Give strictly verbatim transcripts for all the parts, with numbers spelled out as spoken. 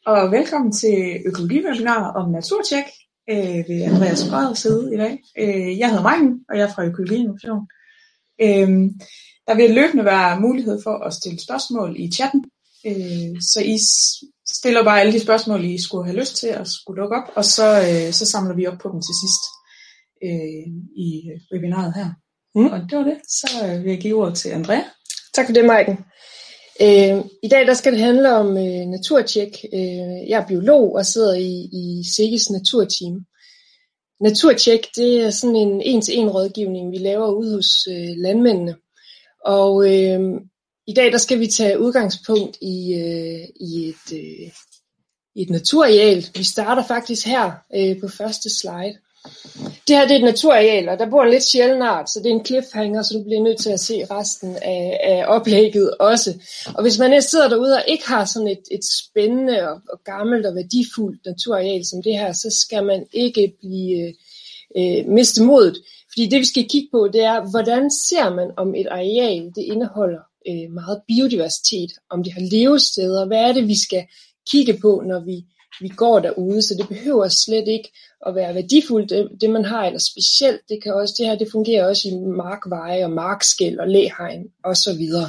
Og velkommen til økologiwebinar om naturtjek øh, ved Andreas Grøds side i dag. Øh, jeg hedder Maiken, og jeg er fra Økologi Innovation. Øh, der vil løbende være mulighed for at stille spørgsmål i chatten, øh, så I stiller bare alle de spørgsmål, I skulle have lyst til at skulle dukke op, og så, øh, så samler vi op på dem til sidst øh, i webinaret her. Mm. Og det var det. Så vil jeg give ordet til Andrea. Tak for det, Maiken. Øh, I dag der skal det handle om øh, naturtjek. Øh, jeg er biolog og sidder i, i SIGGEs naturteam. Naturtjek, det er sådan en en-til-en rådgivning, vi laver ude hos øh, landmændene. Og øh, i dag der skal vi tage udgangspunkt i, øh, i, et, øh, i et naturareal. Vi starter faktisk her øh, på første slide. Det her det er et naturareal, og der bor en lidt sjælden art, så det er en cliffhanger, så du bliver nødt til at se resten af, af oplægget også. Og hvis man sidder derude og ikke har sådan et, et spændende og, og gammelt og værdifuldt naturareal som det her, så skal man ikke blive øh, miste modet. Fordi det vi skal kigge på, det er, hvordan ser man om et areal, det indeholder øh, meget biodiversitet, om det har levesteder, hvad er det vi skal kigge på, når vi vi går derude, så det behøver slet ikke at være værdifuldt, det, det man har, eller specielt, det kan også, det her, det fungerer også i markveje og markskel og læhegn og så videre.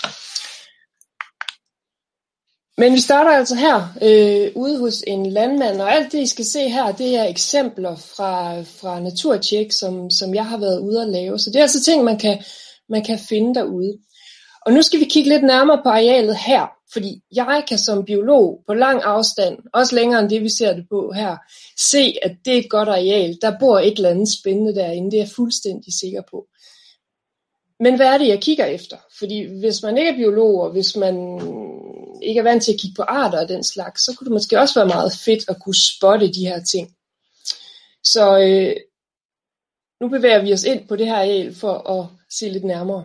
Men vi starter altså her, øh, ude hos en landmand, og alt det I skal se her, det er eksempler fra, fra naturtjek, som, som jeg har været ude at lave, så det er altså ting, man kan, man kan finde derude. Og nu skal vi kigge lidt nærmere på arealet her, fordi jeg kan som biolog på lang afstand, også længere end det vi ser det på her, se at det er et godt areal. Der bor et eller andet spændende derinde, det er jeg fuldstændig sikker på. Men hvad er det jeg kigger efter? Fordi hvis man ikke er biolog, og hvis man ikke er vant til at kigge på arter og den slags, så kunne det måske også være meget fedt at kunne spotte de her ting. Så øh, nu bevæger vi os ind på det her areal for at se lidt nærmere.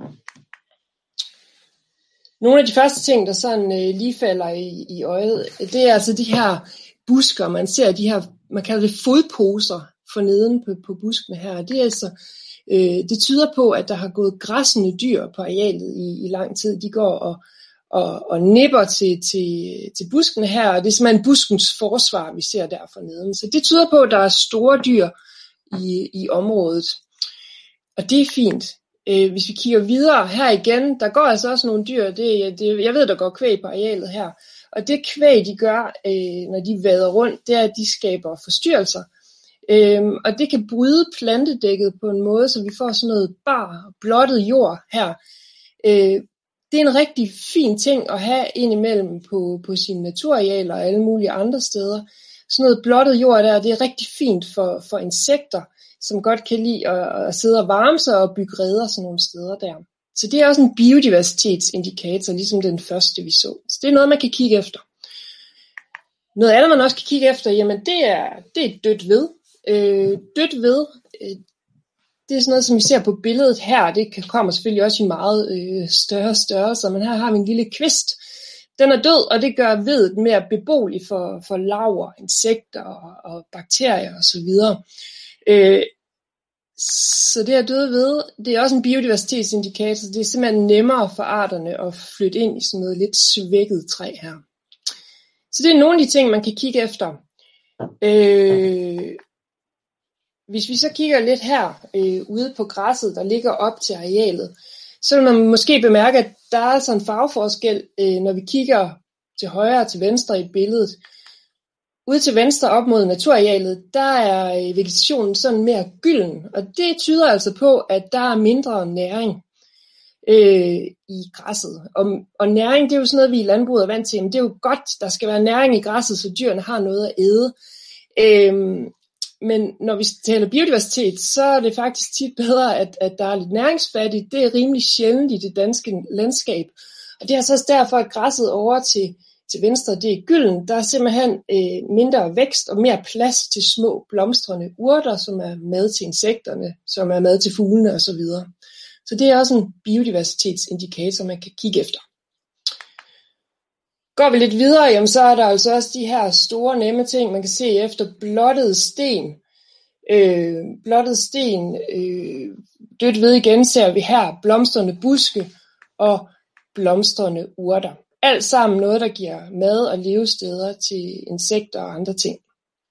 Nogle af de første ting, der sådan øh, lige falder i, i øjet, det er altså de her busker. Man ser de her, man kalder det fodposer for neden på, på buskene her. Det er altså, øh, det tyder på, at der har gået græssende dyr på arealet i, i lang tid. De går og, og, og nipper til, til, til buskene her, og det er simpelthen buskens forsvar, vi ser der for neden. Så det tyder på, at der er store dyr i, i området, og det er fint. Øh, hvis vi kigger videre her igen, der går altså også nogle dyr, det, det, jeg ved, der går kvæg på arealet her, og det kvæg, de gør, øh, når de vader rundt, det er, at de skaber forstyrrelser, øh, og det kan bryde plantedækket på en måde, så vi får sådan noget bar, blottet jord her. Øh, det er en rigtig fin ting at have indimellem på, på sine naturarealer og alle mulige andre steder. Sådan noget blottet jord der, det er rigtig fint for, for insekter, som godt kan lide at, at sidde og varme sig og bygge reder sådan nogle steder der. Så det er også en biodiversitetsindikator, ligesom den første vi så. Så det er noget, man kan kigge efter. Noget andet, man også kan kigge efter, jamen det er, det er dødt ved. Øh, dødt ved, øh, det er sådan noget, som vi ser på billedet her. Det kommer selvfølgelig også i meget øh, større størrelser, men her har vi en lille kvist. Den er død, og det gør vedet mere beboeligt for, for larver, insekter og, og bakterier osv. Øh, så det her døde ved, det er også en biodiversitetsindikator, så det er simpelthen nemmere for arterne at flytte ind i sådan noget lidt svækket træ her. Så det er nogle af de ting, man kan kigge efter. Øh, hvis vi så kigger lidt her øh, ude på græsset, der ligger op til arealet, så vil man måske bemærke, at der er altså en farveforskel, øh, når vi kigger til højre og til venstre i billedet. Ude til venstre op mod naturarealet, der er vegetationen sådan mere gylden, og det tyder altså på, at der er mindre næring øh, i græsset. Og, og næring, det er jo sådan noget, vi i landbruget er vant til, men det er jo godt, der skal være næring i græsset, så dyrene har noget at æde. Øh, men når vi taler biodiversitet, så er det faktisk tit bedre, at, at der er lidt næringsfattigt. Det er rimelig sjældent i det danske landskab, og det er så også derfor, at græsset over til Til venstre, det er gylden. Der er simpelthen øh, mindre vækst og mere plads til små blomstrende urter, som er med til insekterne, som er med til fuglene osv. Så, så det er også en biodiversitetsindikator, man kan kigge efter. Går vi lidt videre, jamen, så er der altså også de her store nemme ting, man kan se efter blottede sten. Øh, blottede sten, øh, dødt ved igen ser vi her blomstrende buske og blomstrende urter. alt sammen noget, der giver mad og levesteder til insekter og andre ting.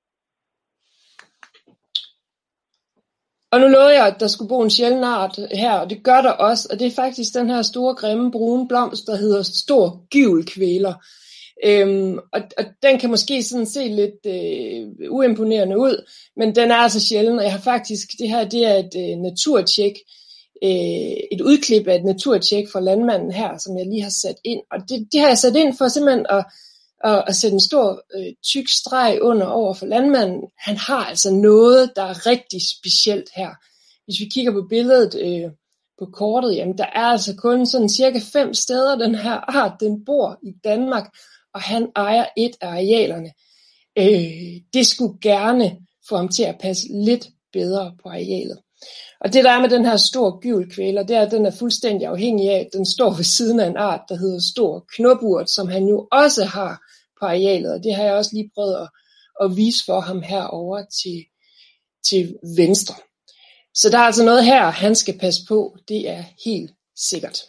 Og nu lovede jeg, at der skulle bo en sjælden art her, og det gør der også, og det er faktisk den her store, grimme, brune blomst, der hedder stor gyvelkvæler. Øhm, og, og den kan måske sådan se lidt øh, uimponerende ud, men den er altså sjælden, og jeg har faktisk, det her det er et øh, naturtjek, øh, et udklip af et naturtjek fra landmanden her, som jeg lige har sat ind, og det, det har jeg sat ind for simpelthen at, at, at sætte en stor øh, tyk streg under over for landmanden. Han har altså noget, der er rigtig specielt her. Hvis vi kigger på billedet øh, på kortet, jamen der er altså kun sådan cirka fem steder, den her art, den bor i Danmark, og han ejer et af arealerne. Øh, det skulle gerne få ham til at passe lidt bedre på arealet. Og det der er med den her stor gyvelkvæler, det er, at den er fuldstændig afhængig af, at den står ved siden af en art, der hedder stor knopurt, som han jo også har på arealet. Og det har jeg også lige prøvet at, at vise for ham herovre til, til venstre. Så der er altså noget her, han skal passe på. Det er helt sikkert.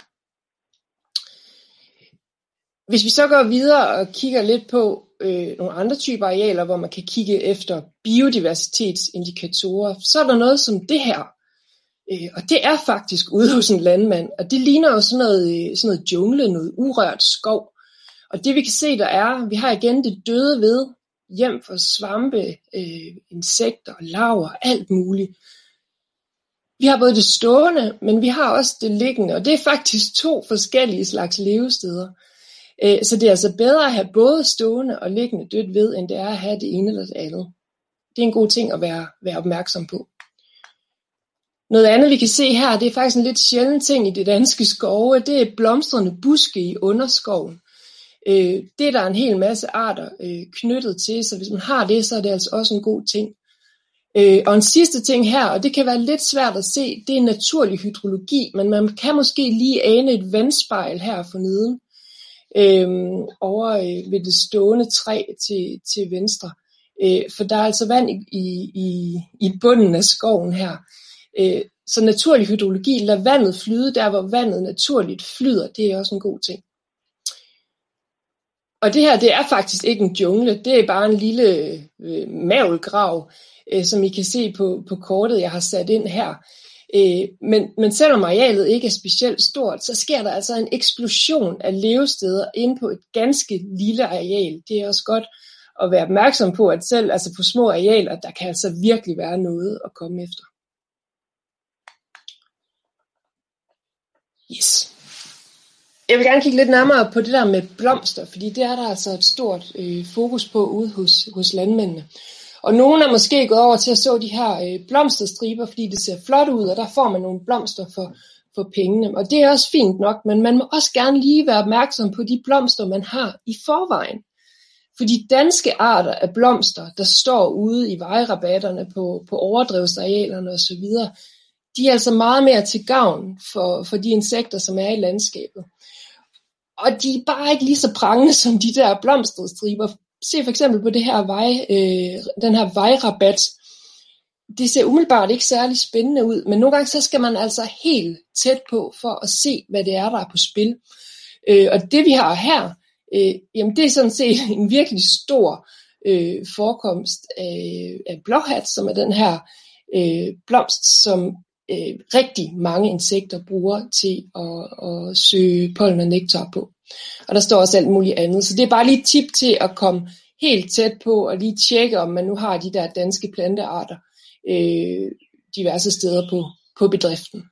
Hvis vi så går videre og kigger lidt på øh, nogle andre typer arealer, hvor man kan kigge efter biodiversitetsindikatorer, så er der noget som det her. Øh, og det er faktisk ude hos en landmand, og det ligner jo sådan noget, sådan noget jungle, noget urørt skov. Og det vi kan se, der er, vi har igen det døde ved, hjem for svampe, øh, insekter, larver, alt muligt. Vi har både det stående, men vi har også det liggende, og det er faktisk to forskellige slags levesteder. Så det er altså bedre at have både stående og liggende dødt ved, end det er at have det ene eller det andet. Det er en god ting at være, være opmærksom på. Noget andet vi kan se her, det er faktisk en lidt sjælden ting i de danske skove, det er blomstrende buske i underskoven. Det er der en hel masse arter knyttet til, så hvis man har det, så er det altså også en god ting. Og en sidste ting her, og det kan være lidt svært at se, det er naturlig hydrologi, men man kan måske lige ane et vandspejl her forneden. Øhm, over øh, ved det stående træ til, til venstre. Øh, for der er altså vand i, i, i bunden af skoven her. Øh, så naturlig hydrologi, lad vandet flyde der, hvor vandet naturligt flyder, det er også en god ting. Og det her, det er faktisk ikke en jungle, det er bare en lille øh, mavlgrav, øh, som I kan se på, på kortet, jeg har sat ind her. Øh, men, men selvom arealet ikke er specielt stort, så sker der altså en eksplosion af levesteder inde på et ganske lille areal. Det er også godt at være opmærksom på, at selv altså på små arealer, der kan altså virkelig være noget at komme efter. Yes. Jeg vil gerne kigge lidt nærmere på det der med blomster, fordi det er der altså et stort øh, fokus på ude hos, hos landmændene. Og nogen er måske gået over til at så de her øh, blomsterstriber, fordi det ser flot ud, og der får man nogle blomster for, for pengene. Og det er også fint nok, men man må også gerne lige være opmærksom på de blomster, man har i forvejen. For de danske arter af blomster, der står ude i vejrabatterne på, på overdrevsarealerne osv., de er altså meget mere til gavn for, for de insekter, som er i landskabet. Og de er bare ikke lige så prangende som de der blomsterstriber. Se for eksempel på det her vej, øh, den her vejrabat. Det ser umiddelbart ikke særlig spændende ud, men nogle gange så skal man altså helt tæt på for at se, hvad det er, der er på spil. Øh, og det vi har her, øh, jamen det er sådan set en virkelig stor øh, forekomst af, af blåhat, som er den her øh, blomst, som øh, rigtig mange insekter bruger til at, at søge pollen og nektar på. Og der står også alt muligt andet. Så det er bare lige et tip til at komme helt tæt på og lige tjekke, om man nu har de der danske plantearter øh, diverse steder på, på bedriften.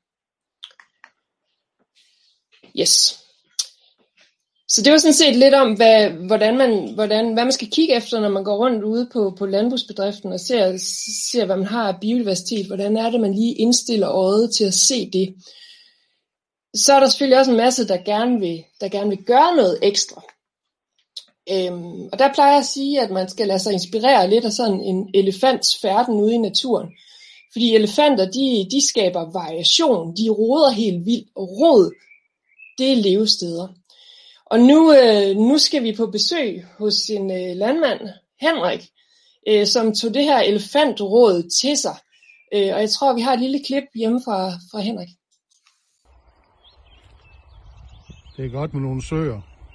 Yes. Så det var sådan set lidt om, hvad, hvordan man, hvordan, hvad man skal kigge efter, når man går rundt ude på, på landbrugsbedriften og ser, ser, hvad man har af biodiversitet. Hvordan er det, man lige indstiller øjet til at se det. Så er der selvfølgelig også en masse, der gerne vil, der gerne vil gøre noget ekstra. Øhm, og der plejer jeg at sige, at man skal lade sig inspirere lidt af sådan en elefants færden ude i naturen. Fordi elefanter, de, de skaber variation, de roder helt vildt, og rod, det er levesteder. Og nu, øh, nu skal vi på besøg hos en øh, landmand, Henrik, øh, som tog det her elefantråd til sig. Øh, og jeg tror, vi har et lille klip hjemme fra, fra Henrik. Det er godt med nogle søer.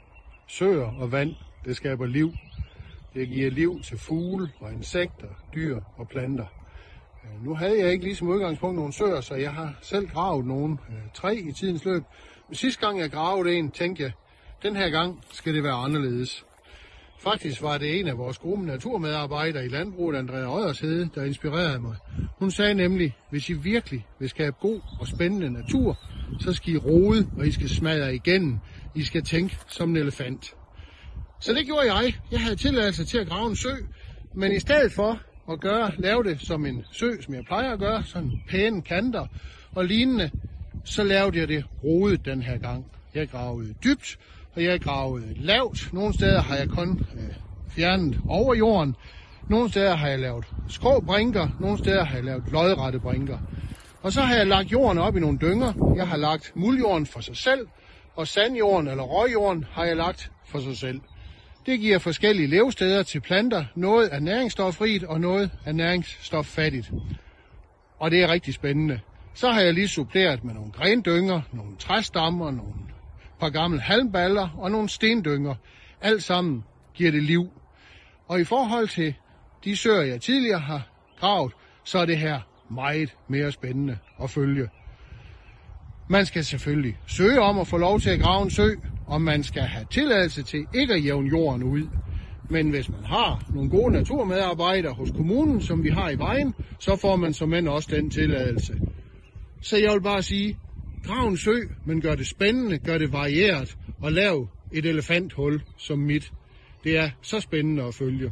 søer og vand, det skaber liv. Det giver liv til fugle og insekter, dyr og planter. Nu havde jeg ikke lige som udgangspunkt nogle søer, så jeg har selv gravet nogle øh, tre i tidens løb. Men sidste gang jeg gravede en, tænkte jeg, den her gang skal det være anderledes. Faktisk var det en af vores gode naturmedarbejdere i landbruget, Andrea Oddershede, der inspirerede mig. Hun sagde nemlig, hvis I virkelig vil skabe god og spændende natur, så skal I rode, og I skal smadre igennem. I skal tænke som en elefant. Så det gjorde jeg. Jeg havde tilladelse til at grave en sø, men i stedet for at gøre, lave det som en sø, som jeg plejer at gøre, sådan pæne kanter og lignende, så lavede jeg det rodet den her gang. Jeg gravede dybt, og jeg gravede lavt. Nogle steder har jeg kun øh, fjernet over jorden. Nogle steder har jeg lavet skrå brinker. Nogle steder har jeg lavet lodrette brinker. Og så har jeg lagt jorden op i nogle dynger. Jeg har lagt muldjorden for sig selv, og sandjorden eller røgjorden har jeg lagt for sig selv. Det giver forskellige levesteder til planter. Noget er næringsstofrigt, og noget er næringsstoffattigt. Og det er rigtig spændende. Så har jeg lige suppleret med nogle grendynger, nogle træstammer, nogle par gamle halmballer og nogle stendynger. Alt sammen giver det liv. Og i forhold til de søer, jeg tidligere har gravet, så er det her meget mere spændende at følge. Man skal selvfølgelig søge om at få lov til at grave en sø, og man skal have tilladelse til ikke at jævne jorden ud. Men hvis man har nogle gode naturmedarbejdere hos kommunen, som vi har i Vejen, så får man som end også den tilladelse. Så jeg vil bare sige, grav en sø, men gør det spændende, gør det varieret, og lav et elefanthul som mit. Det er så spændende at følge.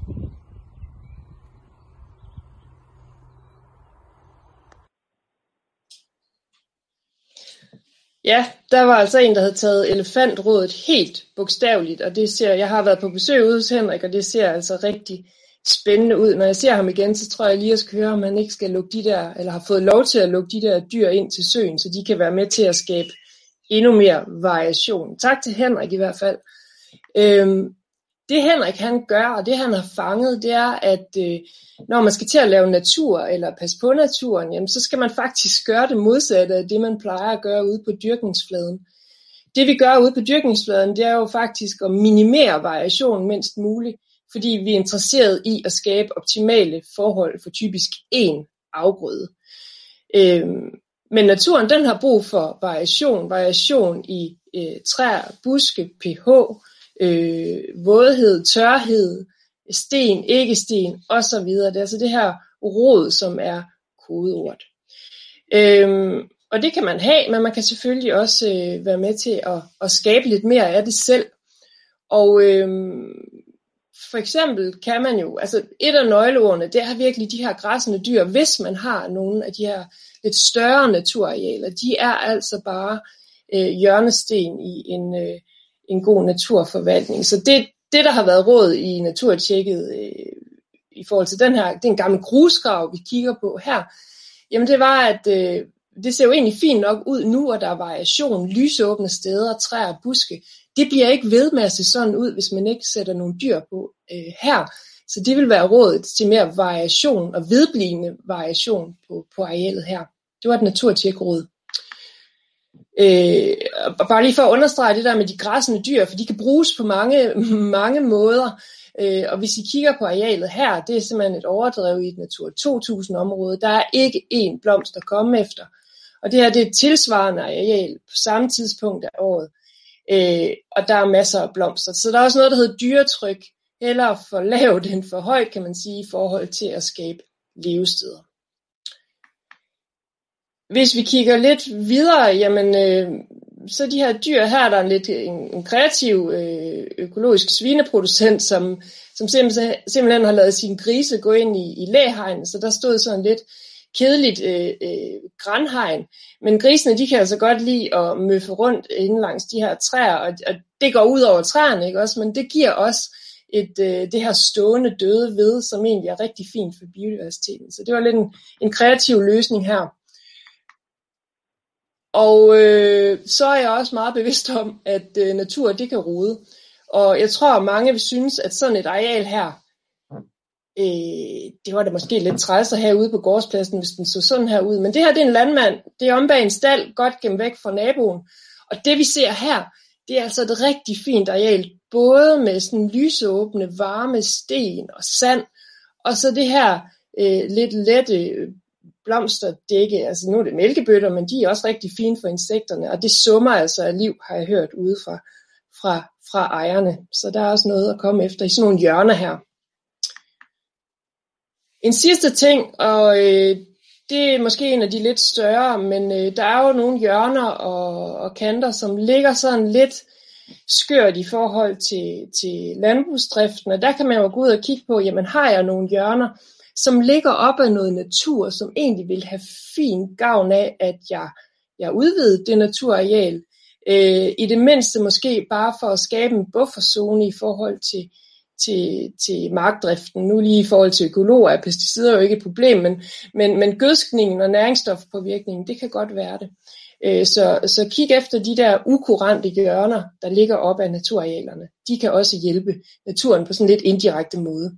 Ja, der var altså en, der havde taget elefantrådet helt bogstaveligt, og det ser, jeg har været på besøg ude hos Henrik, og det ser altså rigtig spændende ud. Når jeg ser ham igen, så tror jeg lige, at jeg skal høre, om han ikke skal lukke de der, eller har fået lov til at lukke de der dyr ind til søen, så de kan være med til at skabe endnu mere variation. Tak til Henrik i hvert fald. Øhm, det Henrik han gør, og det han har fanget, det er, at øh, når man skal til at lave natur, eller passe på naturen, jamen, så skal man faktisk gøre det modsatte af det, man plejer at gøre ude på dyrkningsfladen. Det vi gør ude på dyrkningsfladen, det er jo faktisk at minimere variation mindst muligt, fordi vi er interesseret i at skabe optimale forhold for typisk én afgrøde. Øhm, men naturen, den har brug for variation, variation i øh, træer, buske, pH, øh, vådhed, tørhed, sten, ikke sten osv. Det er altså det her rod, som er kodeordet. Øhm, og det kan man have, men man kan selvfølgelig også øh, være med til at, at skabe lidt mere af det selv. Og øhm, for eksempel kan man jo, altså et af nøgleordene, det er virkelig de her græssende dyr, hvis man har nogle af de her lidt større naturarealer, de er altså bare øh, hjørnesten i en, øh, en god naturforvaltning. Så det, det der har været råd i naturtjekket øh, i forhold til den her, det er en gammel grusgrav, vi kigger på her, jamen det var, at øh, det ser jo egentlig fint nok ud nu, og der er variation, lysåbne steder, træer, buske. Det bliver ikke ved med at se sådan ud, hvis man ikke sætter nogle dyr på øh, her. Så det vil være rådet til mere variation og vedblivende variation på, på arealet her. Det var et naturtjekråd. Øh, og bare lige for at understrege det der med de græssende dyr, for de kan bruges på mange, mange måder. Øh, og hvis I kigger på arealet her, det er simpelthen et overdrev i et Natur to tusind område. Der er ikke én blomst at komme efter. Og det her det er et tilsvarende areal på samme tidspunkt af året. Øh, og der er masser af blomster. Så der er også noget, der hedder dyretryk. Eller for lavt end for højt, kan man sige, i forhold til at skabe levesteder. Hvis vi kigger lidt videre, jamen, øh, så de her dyr her, der er en lidt en, en kreativ øh, økologisk svineproducent, som, som simpelthen, simpelthen har lavet sine grise gå ind i, i læhegn, så der stod sådan lidt kedeligt øh, øh, granhegn. Men grisene, de kan altså godt lide at møffe rundt inden langs de her træer, og, og det går ud over træerne, ikke også? Men det giver også et, øh, det her stående døde ved, som egentlig er rigtig fint for biodiversiteten. Så det var lidt en, en kreativ løsning her. Og øh, så er jeg også meget bevidst om, at øh, natur, det kan rode. Og jeg tror, at mange vil synes, at sådan et areal her, øh, det var da måske lidt træls herude på gårdspladsen, hvis den så sådan her ud. Men det her, det er en landmand, det er om bag en stald, godt gemt væk fra naboen. Og det vi ser her, Det er altså et rigtig fint areal, både med sådan lysåbne, varme sten og sand, og så det her øh, lidt lette blomsterdække. Altså nu er det mælkebøtter, men de er også rigtig fine for insekterne, og det summer altså af liv, har jeg hørt ude fra, fra, fra ejerne. Så der er også noget at komme efter i sådan nogle hjørner her. En sidste ting, og øh, det er måske en af de lidt større, men øh, der er jo nogle hjørner og, og kanter, som ligger sådan lidt skørt i forhold til, til landbrugsdriften, og der kan man jo gå ud og kigge på, jamen har jeg nogle hjørner, som ligger op af noget natur, som egentlig vil have fin gavn af, at jeg, jeg udvider det naturareal, øh, i det mindste måske bare for at skabe en bufferzone i forhold til Til, til markdriften. Nu lige i forhold til økologer er pesticider jo ikke et problem, men, men, men gødskningen og næringsstofpåvirkningen, det kan godt være det. Øh, så, så kig efter de der ukurante hjørner, der ligger op af naturarealerne. De kan også hjælpe naturen på sådan lidt indirekte måde.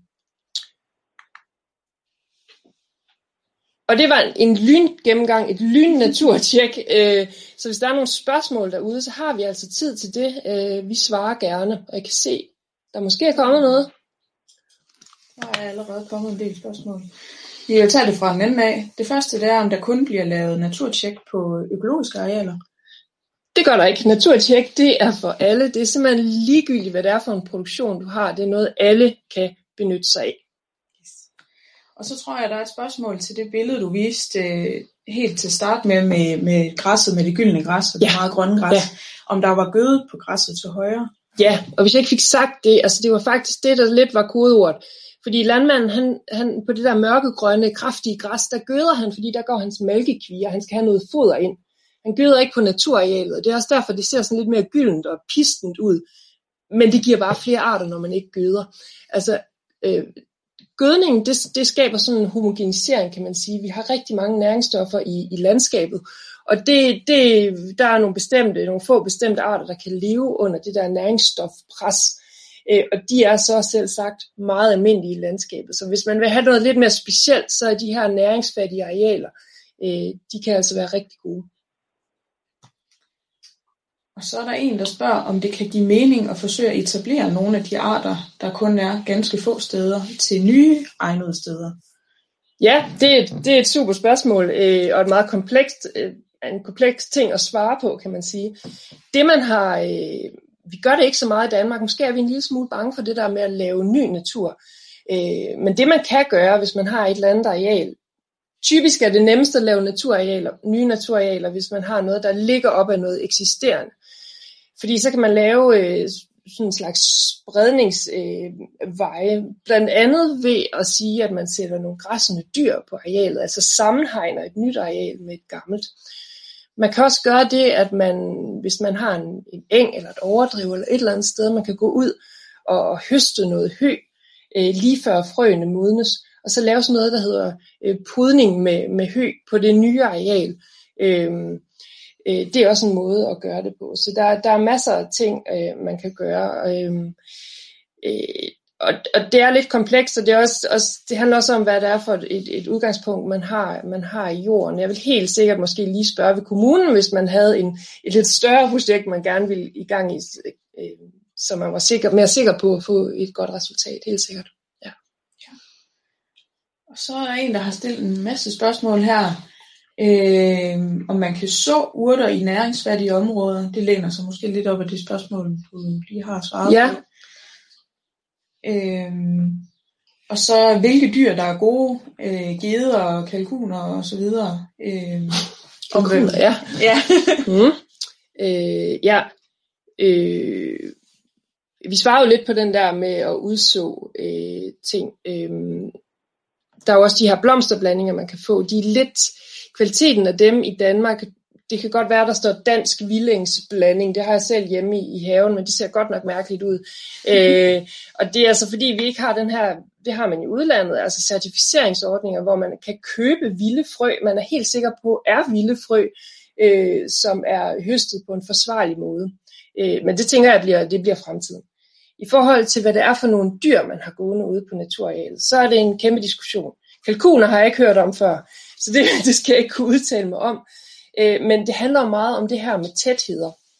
Og det var en lyngennemgang, et lynnaturtjek. Øh, så hvis der er nogle spørgsmål derude, så har vi altså tid til det. Øh, vi svarer gerne, og jeg kan se, der måske er kommet noget. Der er allerede kommet en del spørgsmål. Vi vil tage det fra den enden af. Det første det er, om der kun bliver lavet naturtjek på økologiske arealer. Det gør der ikke. Naturtjek, det er for alle. Det er simpelthen ligegyldigt, hvad det er for en produktion, du har. Det er noget, alle kan benytte sig af. Yes. Og så tror jeg, der er et spørgsmål til det billede, du viste øh, helt til start med, med, med græsset, med det gyldne græs og det ja. meget grønne græs. Ja. Om der var gødet på græsset til højre. Ja, og hvis jeg ikke fik sagt det, altså det var faktisk det, der lidt var kodeordet. Fordi landmanden, han, han på det der mørkegrønne, kraftige græs, der gøder han, fordi der går hans mælkekvier, han skal have noget foder ind. Han gøder ikke på naturarealet, og det er også derfor, det ser sådan lidt mere gyldent og pistent ud. Men det giver bare flere arter, når man ikke gøder. Altså, øh, gødningen, det, det skaber sådan en homogenisering, kan man sige. Vi har rigtig mange næringsstoffer i, i landskabet, og det, det, der er nogle bestemte, nogle få bestemte arter, der kan leve under det der næringsstofpres. Øh, og de er så selv sagt meget almindelige i landskabet. Så hvis man vil have noget lidt mere specielt, så er de her næringsfattige arealer, øh, de kan altså være rigtig gode. Og så er der en, der spørger, om det kan give mening at forsøge at etablere nogle af de arter, der kun er ganske få steder, til nye egnede steder. Ja, det er et, det er et super spørgsmål, øh, og et meget komplekst, øh, en kompleks ting at svare på, kan man sige. Det man har, øh, vi gør det ikke så meget i Danmark, måske er vi en lille smule bange for det der med at lave ny natur. Øh, men det man kan gøre, hvis man har et eller andet areal, typisk er det nemmest at lave naturarealer, nye naturarealer, hvis man har noget, der ligger op af noget eksisterende. Fordi så kan man lave øh, sådan en slags spredningsveje, øh, blandt andet ved at sige, at man sætter nogle græssende dyr på arealet, altså sammenhegner et nyt areal med et gammelt. Man kan også gøre det, at man, hvis man har en, en eng eller et overdrev eller et eller andet sted, man kan gå ud og høste noget hø, øh, lige før frøene modnes, og så lave sådan noget, der hedder øh, podning med, med hø på det nye areal. Øh, øh, det er også en måde at gøre det på. Så der, der er masser af ting, øh, man kan gøre. Øh, øh, og, og det er lidt komplekst, og det, er også, også, det handler også om, hvad det er for et, et udgangspunkt, man har, man har i jorden. Jeg vil helt sikkert måske lige spørge ved kommunen, hvis man havde en, et lidt større projekt, man gerne ville i gang i, øh, så man var sikker, mere sikker på at få et godt resultat, helt sikkert. Og så er der en, der har stillet en masse spørgsmål her, øh, om man kan så urter i næringsfattige områder. Det læner sig måske lidt op af det spørgsmål, du lige har svaret ja. på. Øh, og så hvilke dyr, der er gode, øh, geder, kalkuner og så videre. Øh, kalkuner, ja. Ja. mm. øh, ja. Øh, vi svarer jo lidt på den der med at udså øh, ting. Øh, Der er jo også de her blomsterblandinger, man kan få. De er lidt, kvaliteten af dem i Danmark, det kan godt være, der står dansk villingsblanding. Det har jeg selv hjemme i, i haven, men det ser godt nok mærkeligt ud. Mm-hmm. Øh, og det er altså fordi, vi ikke har den her, det har man i udlandet, altså certificeringsordninger, hvor man kan købe vilde frø. Man er helt sikker på, er vilde frø, øh, som er høstet på en forsvarlig måde. Øh, men det tænker jeg, bliver, det bliver fremtiden. I forhold til, hvad det er for nogle dyr, man har gående ude på naturarealet, så er det en kæmpe diskussion. Kalkuner har jeg ikke hørt om før, så det, det skal jeg ikke kunne udtale mig om. Øh, men det handler meget om det her med tætheder.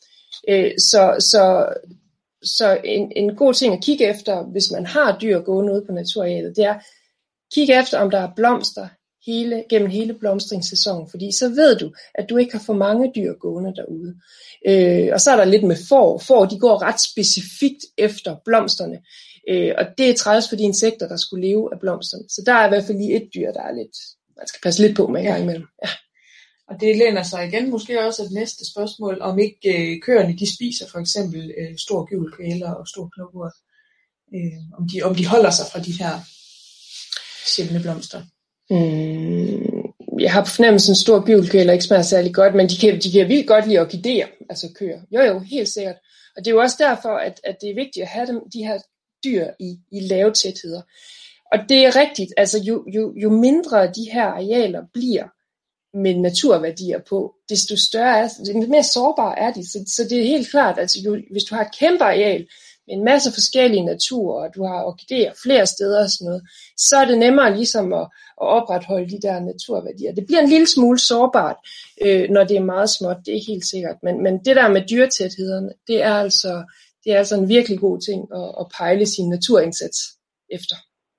Øh, så så, så en, en god ting at kigge efter, hvis man har dyr gående ude på naturarealet, det er kigge efter, om der er blomster hele, gennem hele blomstringssæsonen, fordi så ved du, at du ikke har for mange dyr gående derude. Øh, og så er der lidt med får. Får, de går ret specifikt efter blomsterne, øh, og det er træls for de insekter, der skulle leve af blomsterne. Så der er i hvert fald lige et dyr, der er lidt, man skal passe lidt på med en gang imellem. Ja. Og det læner sig igen måske også et næste spørgsmål, om ikke øh, køerne de spiser for eksempel øh, stor gyvelkvæler og stor knopurt. Øh, om, de, om de holder sig fra de her sjældne blomster. Mm, jeg har på fornemmelsen, at stor gyvelkvæler ikke smager særlig godt, men de kan, de kan vildt godt lide orkideer, altså køer. Jo jo, helt sikkert. Og det er jo også derfor, at, at det er vigtigt at have dem, de her dyr i, i lave tætheder. Og det er rigtigt, altså jo, jo, jo mindre de her arealer bliver med naturværdier på, desto større er, desto mere sårbare er de. Så, så det er helt klart, altså jo, hvis du har et kæmpe areal med en masse forskellige naturer, og du har orkideer flere steder og sådan noget, så er det nemmere ligesom at, at opretholde de der naturværdier. Det bliver en lille smule sårbart, øh, når det er meget småt, det er helt sikkert. Men, men det der med dyretæthederne, det er altså, det er altså en virkelig god ting at, at pejle sin naturindsats efter.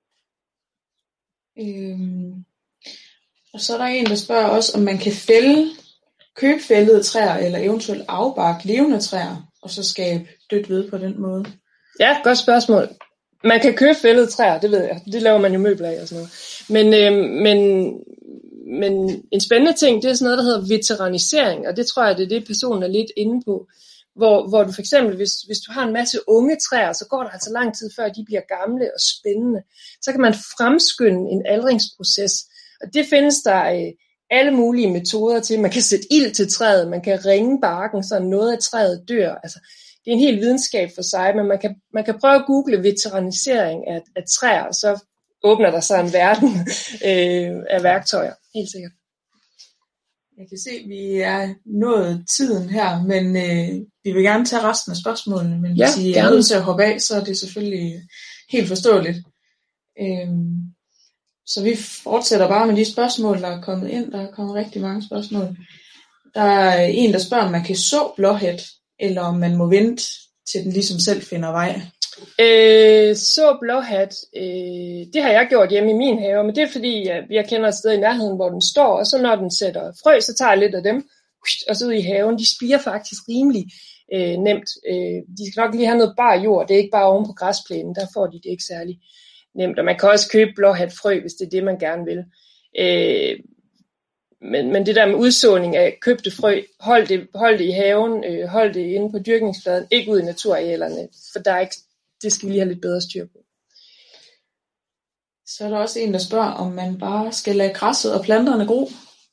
Øhm, og så er der en, der spørger også, om man kan fælde, købe fældede træer, eller eventuelt afbarke levende træer, og så skabe dødt ved på den måde. Ja, godt spørgsmål. Man kan købe fældede træer, det ved jeg. Det laver man jo møbler af og sådan noget. Men, øh, men, men en spændende ting, det er sådan noget, der hedder veteranisering, og det tror jeg, det er det, personen er lidt inde på. Hvor, hvor du for eksempel, hvis, hvis du har en masse unge træer, så går der altså lang tid før, de bliver gamle og spændende. Så kan man fremskynde en aldringsproces, og det findes der øh, alle mulige metoder til. Man kan sætte ild til træet, man kan ringe barken, så noget af træet dør. Altså, det er en hel videnskab for sig, men man kan, man kan prøve at google veteranisering af, af træer, og så åbner der sig en verden øh, af værktøjer, helt sikkert. Jeg kan se, at vi er nået tiden her, men øh, vi vil gerne tage resten af spørgsmålene, men ja, hvis I er nødt til at hoppe af, så er det selvfølgelig helt forståeligt. Øhm, så vi fortsætter bare med de spørgsmål, der er kommet ind. Der er kommet rigtig mange spørgsmål. Der er en, der spørger, om man kan så blåhat, eller om man må vente, til den ligesom selv finder vej. Øh, så blåhat, øh, det har jeg gjort hjemme i min have, men det er fordi, jeg, jeg kender et sted i nærheden, hvor den står, og så når den sætter frø, så tager jeg lidt af dem, og så ud i haven. De spirer faktisk rimelig øh, nemt. Øh, de skal nok lige have noget bar jord, det er ikke bare oven på græsplænen, der får de det ikke særlig nemt. Og man kan også købe blåhatfrø, hvis det er det, man gerne vil. Øh, men, men det der med udsåning af købte frø, hold det, hold det i haven, øh, hold det inde på dyrkningsfladen, ikke ud i naturarealerne, for der er ikke, det skal vi lige have lidt bedre styr på. Så er der også en, der spørger, om man bare skal lade græsset og planterne gro.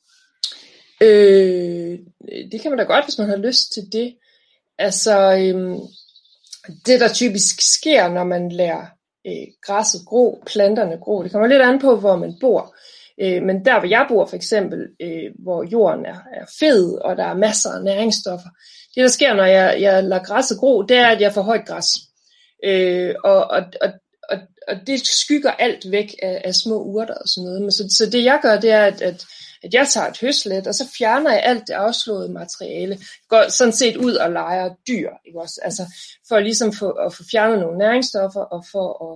Øh, det kan man da godt, hvis man har lyst til det. Altså, øhm, det der typisk sker, når man lader øh, græsset gro, planterne gro, det kommer lidt an på, hvor man bor. Øh, men der, hvor jeg bor for eksempel, øh, hvor jorden er, er fed, og der er masser af næringsstoffer, det der sker, når jeg, jeg lader græsset gro, det er, at jeg får højt græs. Øh, og, og, og, og, og det skygger alt væk af, af små urter og sådan noget. Men så, så det jeg gør, det er, at, at, at jeg tager et høslet, og så fjerner jeg alt det afslåede materiale. Går sådan set ud og leger dyr, ikke også? Altså for ligesom for, at få fjernet nogle næringsstoffer, og for at,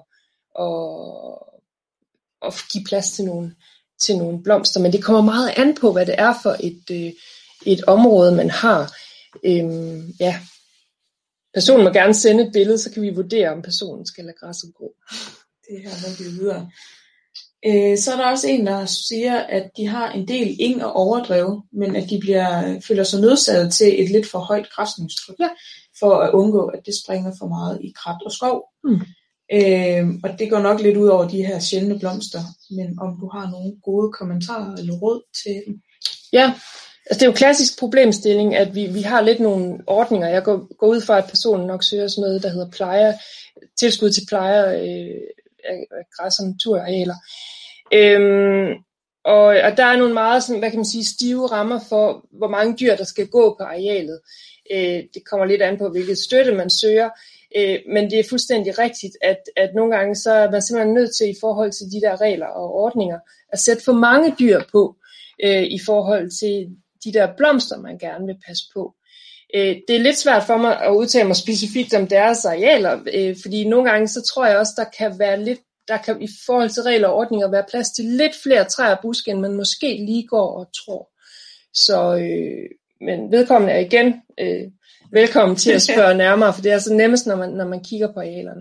at, at give plads til nogle, til nogle blomster. Men det kommer meget an på, hvad det er for et, et område, man har. Øhm, ja. Personen må gerne sende et billede, så kan vi vurdere, om personen skal lade græsset gro. Det her må vi videre. Øh, så er der også en, der siger, at de har en del eng og overdrev, men at de bliver, føler sig nødsaget til et lidt for højt græsningstryk, ja, for at undgå, at det springer for meget i krat og skov. Hmm. Øh, og det går nok lidt ud over de her sjældne blomster, men om du har nogle gode kommentarer eller råd til dem? Ja, altså det er jo klassisk problemstilling, at vi, vi har lidt nogle ordninger. Jeg går, går ud fra, at personen nok søger sådan noget, der hedder plejer, tilskud til plejer øh, af græs- og naturarealer. Øhm, og, og der er nogle meget sådan, hvad kan man sige, stive rammer for, hvor mange dyr, der skal gå på arealet. Øh, det kommer lidt an på, hvilket støtte man søger. Øh, men det er fuldstændig rigtigt, at, at nogle gange så er man simpelthen nødt til, i forhold til de der regler og ordninger, at sætte for mange dyr på, øh, i forhold til de der blomster, man gerne vil passe på. Øh, det er lidt svært for mig at udtale mig specifikt om deres arealer, øh, fordi nogle gange så tror jeg også, der kan være lidt, der kan i forhold til regler og ordninger være plads til lidt flere træer og buske, end man måske lige går og tror. Så, øh, men vedkommende er igen øh, velkommen til at spørge nærmere, for det er så nemmest, når man, når man kigger på arealerne.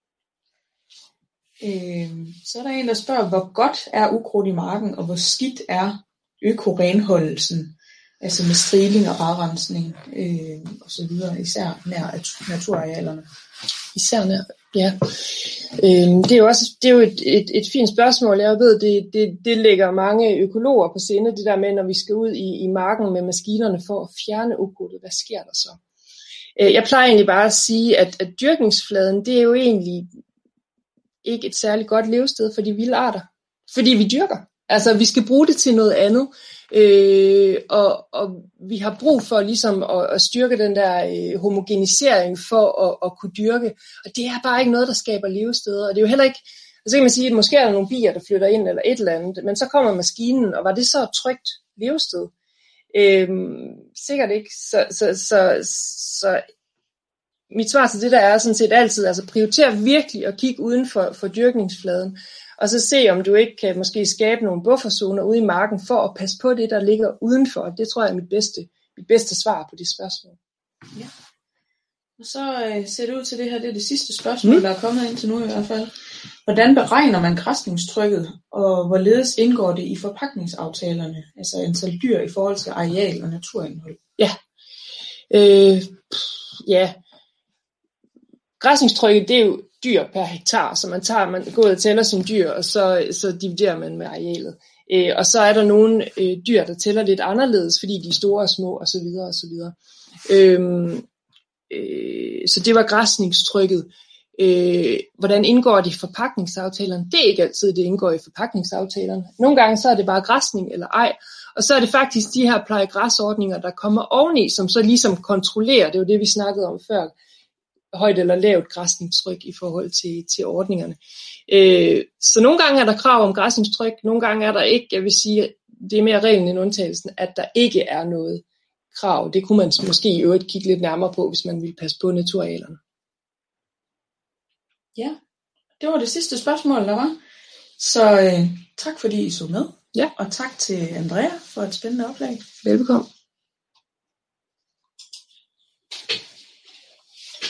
Øh, så er der en, der spørger, hvor godt er ukrudt i marken, og hvor skidt er økorenholdelsen, altså med striling og afrensning øh, og så videre, især nær naturarealerne. Især nær, ja. Øh, det er jo også det er jo et, et, et fint spørgsmål. Jeg ved, det, det, det ligger mange økologer på sinde, det der med, når vi skal ud i, i marken med maskinerne for at fjerne ukrudtet. Hvad sker der så? Øh, jeg plejer egentlig bare at sige, at, at dyrkningsfladen, det er jo egentlig ikke et særligt godt levested for de vilde arter, fordi vi dyrker. Altså, vi skal bruge det til noget andet, øh, og, og vi har brug for ligesom at, at styrke den der øh, homogenisering for at, at kunne dyrke, og det er bare ikke noget, der skaber levesteder, og det er jo heller ikke, så kan man sige, at måske er der nogle bier, der flytter ind, eller et eller andet, men så kommer maskinen, og var det så et trygt levested? Øh, sikkert ikke, så, så, så, så mit svar til det der er sådan set altid, altså prioriter virkelig at kigge uden for, for dyrkningsfladen, og så se om du ikke kan måske skabe nogle bufferzoner ude i marken for at passe på det, der ligger udenfor. Det tror jeg er mit bedste, mit bedste svar på det spørgsmål. Ja. Og så øh, ser det ud til det her, det er det sidste spørgsmål, mm. der er kommet ind til nu i hvert fald. Hvordan beregner man græsningstrykket, og hvorledes indgår det i forpakningsaftalerne, altså antal dyr i forhold til areal og naturindhold? Ja, øh, ja. Græsningstrykket, det er jo dyr per hektar, så man tager, man går og tæller sine dyr, og så, så dividerer man med arealet. Øh, og så er der nogle øh, dyr, der tæller lidt anderledes, fordi de er store og små, og så videre, og så videre. Øhm, øh, så det var græsningstrykket. Øh, hvordan indgår det i forpakningsaftalerne? Det er ikke altid, det indgår i forpakningsaftalerne. Nogle gange så er det bare græsning eller ej, og så er det faktisk de her plejegræsordninger, der kommer oveni, som så ligesom kontrollerer, det var det, vi snakkede om før, højt eller lavt græsningstryk i forhold til, til ordningerne. Øh, så nogle gange er der krav om græsningstryk, nogle gange er der ikke. Jeg vil sige, det er mere reglen end undtagelsen, at der ikke er noget krav. Det kunne man måske i øvrigt kigge lidt nærmere på, hvis man ville passe på naturarealerne. Ja, det var det sidste spørgsmål, der var. Så øh, tak fordi I så med. Ja. Og tak til Andrea for et spændende oplæg. Velbekomme.